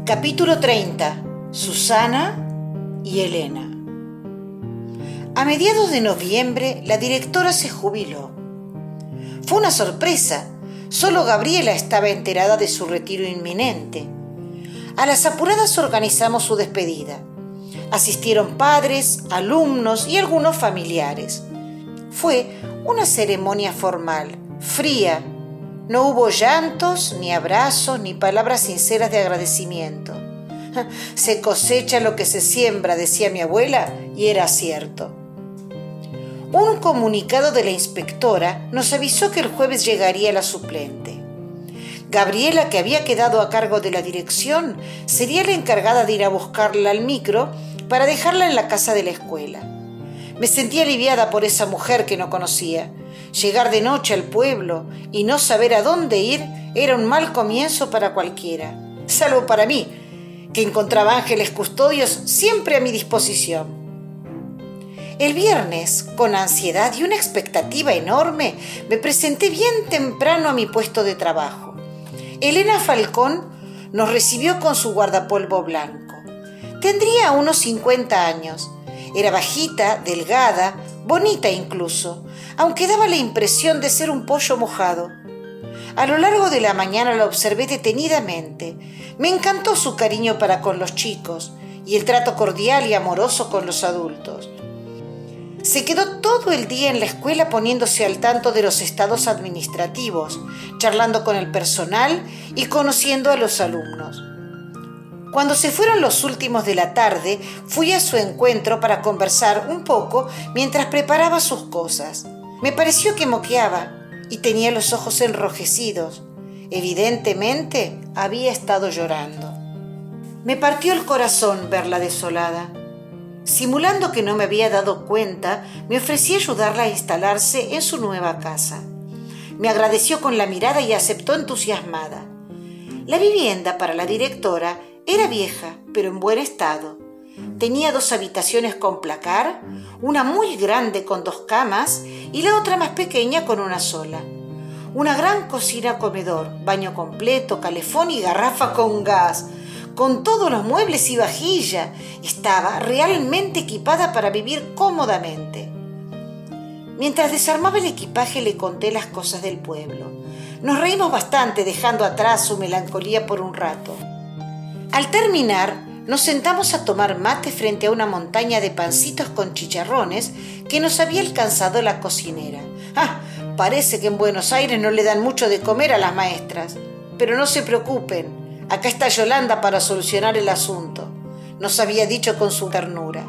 Capítulo 30. Susana y Elena. A mediados de noviembre, la directora se jubiló. Fue una sorpresa. Solo Gabriela estaba enterada de su retiro inminente. A las apuradas organizamos su despedida. Asistieron padres, alumnos y algunos familiares. Fue una ceremonia formal, fría. No hubo llantos, ni abrazos, ni palabras sinceras de agradecimiento. Se cosecha lo que se siembra, decía mi abuela, y era cierto. Un comunicado de la inspectora nos avisó que el jueves llegaría la suplente. Gabriela, que había quedado a cargo de la dirección, sería la encargada de ir a buscarla al micro para dejarla en la casa de la escuela. Me sentí aliviada por esa mujer que no conocía. Llegar de noche al pueblo y no saber a dónde ir era un mal comienzo para cualquiera, salvo para mí, que encontraba ángeles custodios siempre a mi disposición. El viernes, con ansiedad y una expectativa enorme, me presenté bien temprano a mi puesto de trabajo. Elena Falcón nos recibió con su guardapolvo blanco. Tendría unos 50 años. Era bajita, delgada, bonita incluso, aunque daba la impresión de ser un pollo mojado. A lo largo de la mañana la observé detenidamente. Me encantó su cariño para con los chicos y el trato cordial y amoroso con los adultos. Se quedó todo el día en la escuela poniéndose al tanto de los estados administrativos, charlando con el personal y conociendo a los alumnos. Cuando se fueron los últimos de la tarde, fui a su encuentro para conversar un poco mientras preparaba sus cosas. Me pareció que moqueaba y tenía los ojos enrojecidos. Evidentemente, había estado llorando. Me partió el corazón verla desolada. Simulando que no me había dado cuenta, me ofrecí ayudarla a instalarse en su nueva casa. Me agradeció con la mirada y aceptó entusiasmada. La vivienda para la directora era vieja, pero en buen estado. Tenía 2 habitaciones con placar, una muy grande con 2 camas y la otra más pequeña con una sola. Una gran cocina-comedor, baño completo, calefón y garrafa con gas, con todos los muebles y vajilla. Estaba realmente equipada para vivir cómodamente. Mientras desarmaba el equipaje le conté las cosas del pueblo. Nos reímos bastante dejando atrás su melancolía por un rato. Al terminar, nos sentamos a tomar mate frente a una montaña de pancitos con chicharrones que nos había alcanzado la cocinera. Parece que en Buenos Aires no le dan mucho de comer a las maestras. Pero no se preocupen, acá está Yolanda para solucionar el asunto, nos había dicho con su ternura.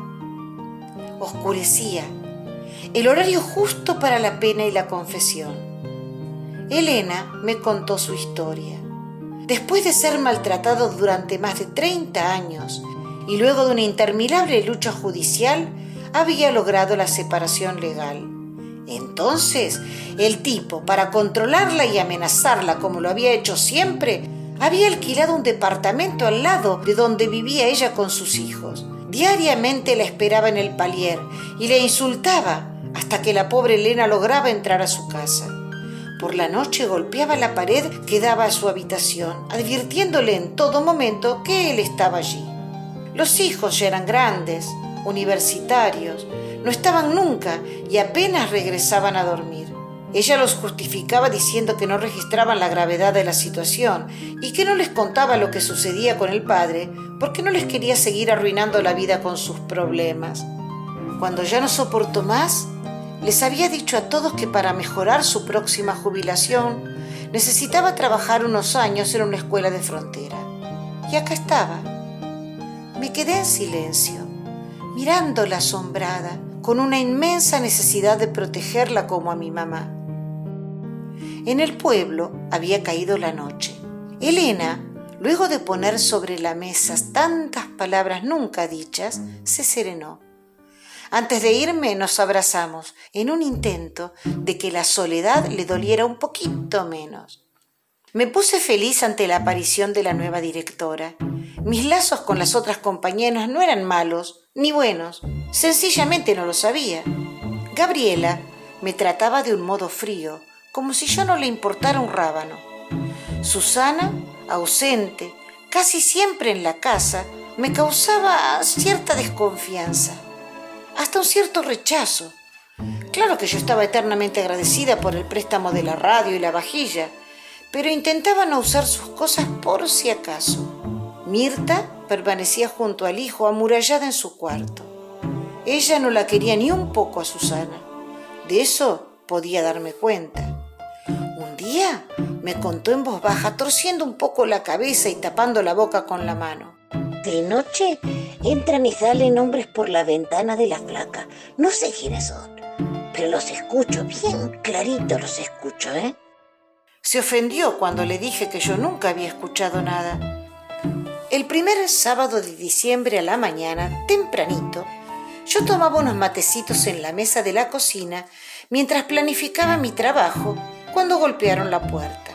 Oscurecía, el horario justo para la pena y la confesión. Elena me contó su historia. Después de ser maltratado durante más de 30 años y luego de una interminable lucha judicial, había logrado la separación legal. Entonces, el tipo, para controlarla y amenazarla como lo había hecho siempre, había alquilado un departamento al lado de donde vivía ella con sus hijos. Diariamente la esperaba en el palier y le insultaba hasta que la pobre Elena lograba entrar a su casa. Por la noche golpeaba la pared que daba a su habitación, advirtiéndole en todo momento que él estaba allí. Los hijos ya eran grandes, universitarios, no estaban nunca y apenas regresaban a dormir. Ella los justificaba diciendo que no registraban la gravedad de la situación y que no les contaba lo que sucedía con el padre porque no les quería seguir arruinando la vida con sus problemas. Cuando ya no soportó más, les había dicho a todos que para mejorar su próxima jubilación necesitaba trabajar unos años en una escuela de frontera. Y acá estaba. Me quedé en silencio, mirándola asombrada, con una inmensa necesidad de protegerla como a mi mamá. En el pueblo había caído la noche. Elena, luego de poner sobre la mesa tantas palabras nunca dichas, se serenó. Antes de irme nos abrazamos en un intento de que la soledad le doliera un poquito menos. Me puse feliz ante la aparición de la nueva directora. Mis lazos con las otras compañeras no eran malos ni buenos, sencillamente no lo sabía. Gabriela me trataba de un modo frío, como si yo no le importara un rábano. Susana, ausente, casi siempre en la casa, me causaba cierta desconfianza, hasta un cierto rechazo. Claro que yo estaba eternamente agradecida por el préstamo de la radio y la vajilla, pero intentaba no usar sus cosas por si acaso. Mirta permanecía junto al hijo, amurallada en su cuarto. Ella no la quería ni un poco a Susana. De eso podía darme cuenta. Un día me contó en voz baja, torciendo un poco la cabeza y tapando la boca con la mano. De noche entran y salen hombres por la ventana de la flaca. No sé quiénes son, pero los escucho, bien clarito los escucho, ¿eh? Se ofendió cuando le dije que yo nunca había escuchado nada. El primer sábado de diciembre a la mañana, tempranito, yo tomaba unos matecitos en la mesa de la cocina mientras planificaba mi trabajo cuando golpearon la puerta.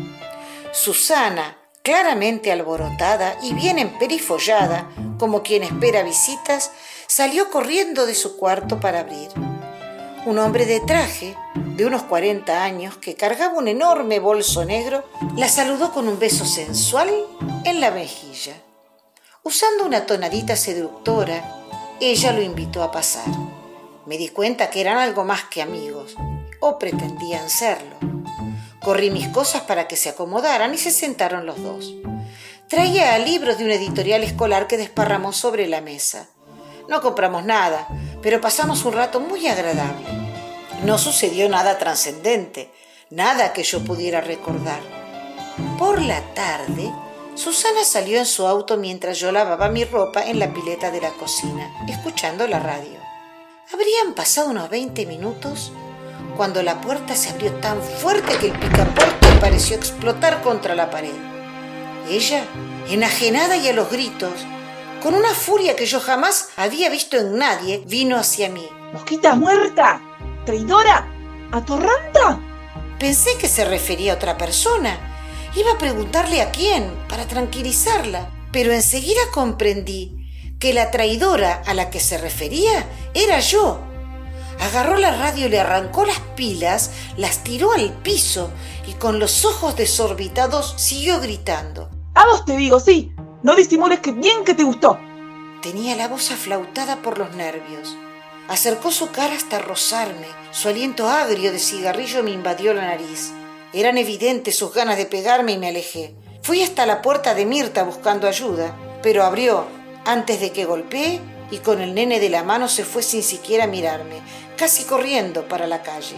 Susana, claramente alborotada y bien emperifollada, como quien espera visitas, salió corriendo de su cuarto para abrir. Un hombre de traje, de unos 40 años, que cargaba un enorme bolso negro, la saludó con un beso sensual en la mejilla. Usando una tonadita seductora, ella lo invitó a pasar. Me di cuenta que eran algo más que amigos, o pretendían serlo. Corrí mis cosas para que se acomodaran y se sentaron los dos. Traía libros de una editorial escolar que desparramó sobre la mesa. No compramos nada, pero pasamos un rato muy agradable. No sucedió nada trascendente, nada que yo pudiera recordar. Por la tarde, Susana salió en su auto mientras yo lavaba mi ropa en la pileta de la cocina, escuchando la radio. Habrían pasado unos 20 minutos cuando la puerta se abrió tan fuerte que el picaporte pareció explotar contra la pared. Ella, enajenada y a los gritos, con una furia que yo jamás había visto en nadie, vino hacia mí. ¡Mosquita muerta! ¡Traidora! ¡Atorranta! Pensé que se refería a otra persona. Iba a preguntarle a quién, para tranquilizarla, pero enseguida comprendí que la traidora a la que se refería era yo. Agarró la radio y le arrancó las pilas, las tiró al piso y con los ojos desorbitados siguió gritando. A vos te digo, sí, no disimules que bien que te gustó. Tenía la voz aflautada por los nervios. Acercó su cara hasta rozarme. Su aliento agrio de cigarrillo me invadió la nariz. Eran evidentes sus ganas de pegarme y me alejé. Fui hasta la puerta de Mirta buscando ayuda, pero abrió antes de que golpeé y con el nene de la mano se fue sin siquiera mirarme, casi corriendo para la calle.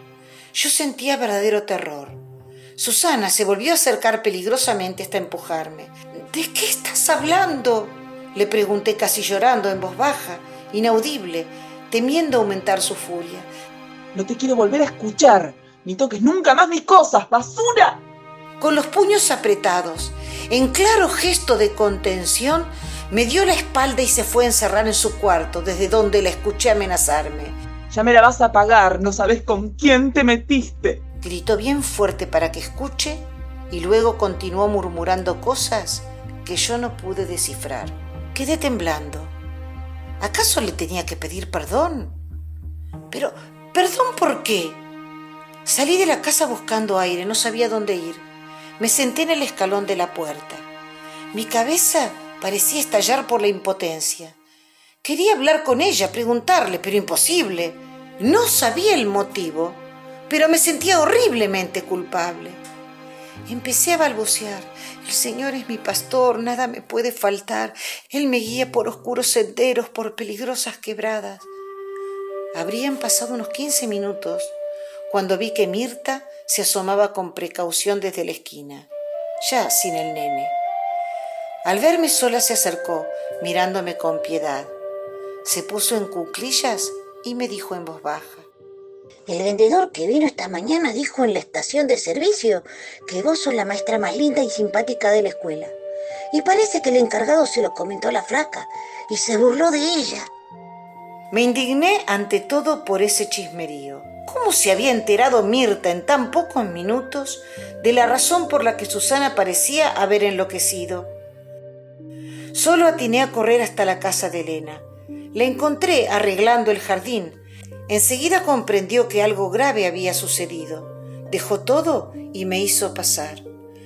Yo sentía verdadero terror. Susana se volvió a acercar peligrosamente hasta empujarme. ¿De qué estás hablando?, le pregunté casi llorando en voz baja, inaudible, temiendo aumentar su furia. No te quiero volver a escuchar, ni toques nunca más mis cosas, basura. Con los puños apretados, en claro gesto de contención, me dio la espalda y se fue a encerrar en su cuarto, desde donde la escuché amenazarme. Ya me la vas a pagar, no sabes con quién te metiste. Gritó bien fuerte para que escuche y luego continuó murmurando cosas que yo no pude descifrar. Quedé temblando. ¿Acaso le tenía que pedir perdón? Pero, ¿perdón por qué? Salí de la casa buscando aire, no sabía dónde ir. Me senté en el escalón de la puerta. Mi cabeza parecía estallar por la impotencia. Quería hablar con ella, preguntarle, pero imposible. No sabía el motivo, pero me sentía horriblemente culpable. Empecé a balbucear. El Señor es mi pastor, nada me puede faltar. Él me guía por oscuros senderos, por peligrosas quebradas. Habrían pasado unos 15 minutos cuando vi que Mirta se asomaba con precaución desde la esquina, ya sin el nene. Al verme sola se acercó, mirándome con piedad. Se puso en cuclillas y me dijo en voz baja: El vendedor que vino esta mañana dijo en la estación de servicio que vos sos la maestra más linda y simpática de la escuela. Y parece que el encargado se lo comentó a la flaca y se burló de ella. Me indigné ante todo por ese chismerío. ¿Cómo se había enterado Mirta en tan pocos minutos de la razón por la que Susana parecía haber enloquecido? Solo atiné a correr hasta la casa de Elena. La encontré arreglando el jardín. Enseguida comprendió que algo grave había sucedido. Dejó todo y me hizo pasar.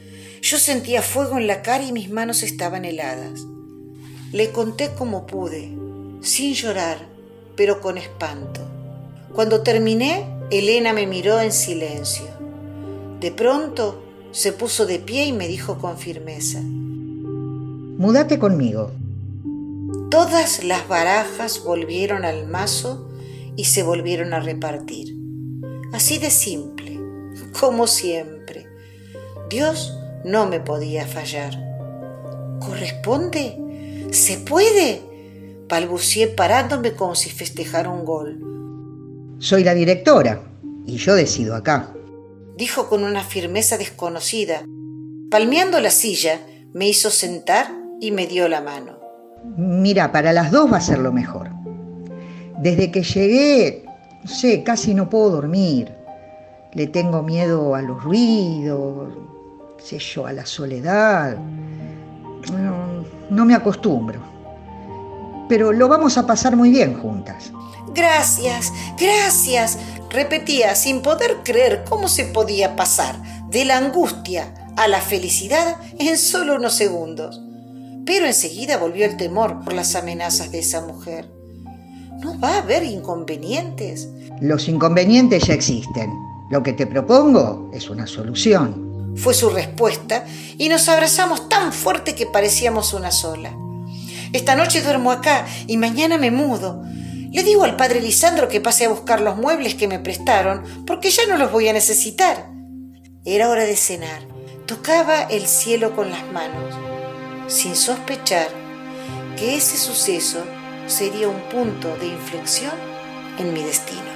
Yo sentía fuego en la cara y mis manos estaban heladas. Le conté como pude, sin llorar, pero con espanto. Cuando terminé, Elena me miró en silencio. De pronto se puso de pie y me dijo con firmeza: Múdate conmigo. Todas las barajas volvieron al mazo y se volvieron a repartir. Así de simple, como siempre. Dios no me podía fallar. ¿Corresponde? ¿Se puede?, balbucié parándome como si festejara un gol. Soy la directora y yo decido acá, dijo con una firmeza desconocida. Palmeando la silla, me hizo sentar y me dio la mano. Mira, para las dos va a ser lo mejor. Desde que llegué, no sé, casi no puedo dormir. Le tengo miedo a los ruidos, sé yo, a la soledad. No me acostumbro. Pero lo vamos a pasar muy bien juntas. Gracias, gracias, repetía sin poder creer cómo se podía pasar de la angustia a la felicidad en solo unos segundos. Pero enseguida volvió el temor por las amenazas de esa mujer. ¿No va a haber inconvenientes? Los inconvenientes ya existen. Lo que te propongo es una solución. Fue su respuesta y nos abrazamos tan fuerte que parecíamos una sola. Esta noche duermo acá y mañana me mudo. Le digo al padre Lisandro que pase a buscar los muebles que me prestaron porque ya no los voy a necesitar. Era hora de cenar. Tocaba el cielo con las manos, sin sospechar que ese suceso sería un punto de inflexión en mi destino.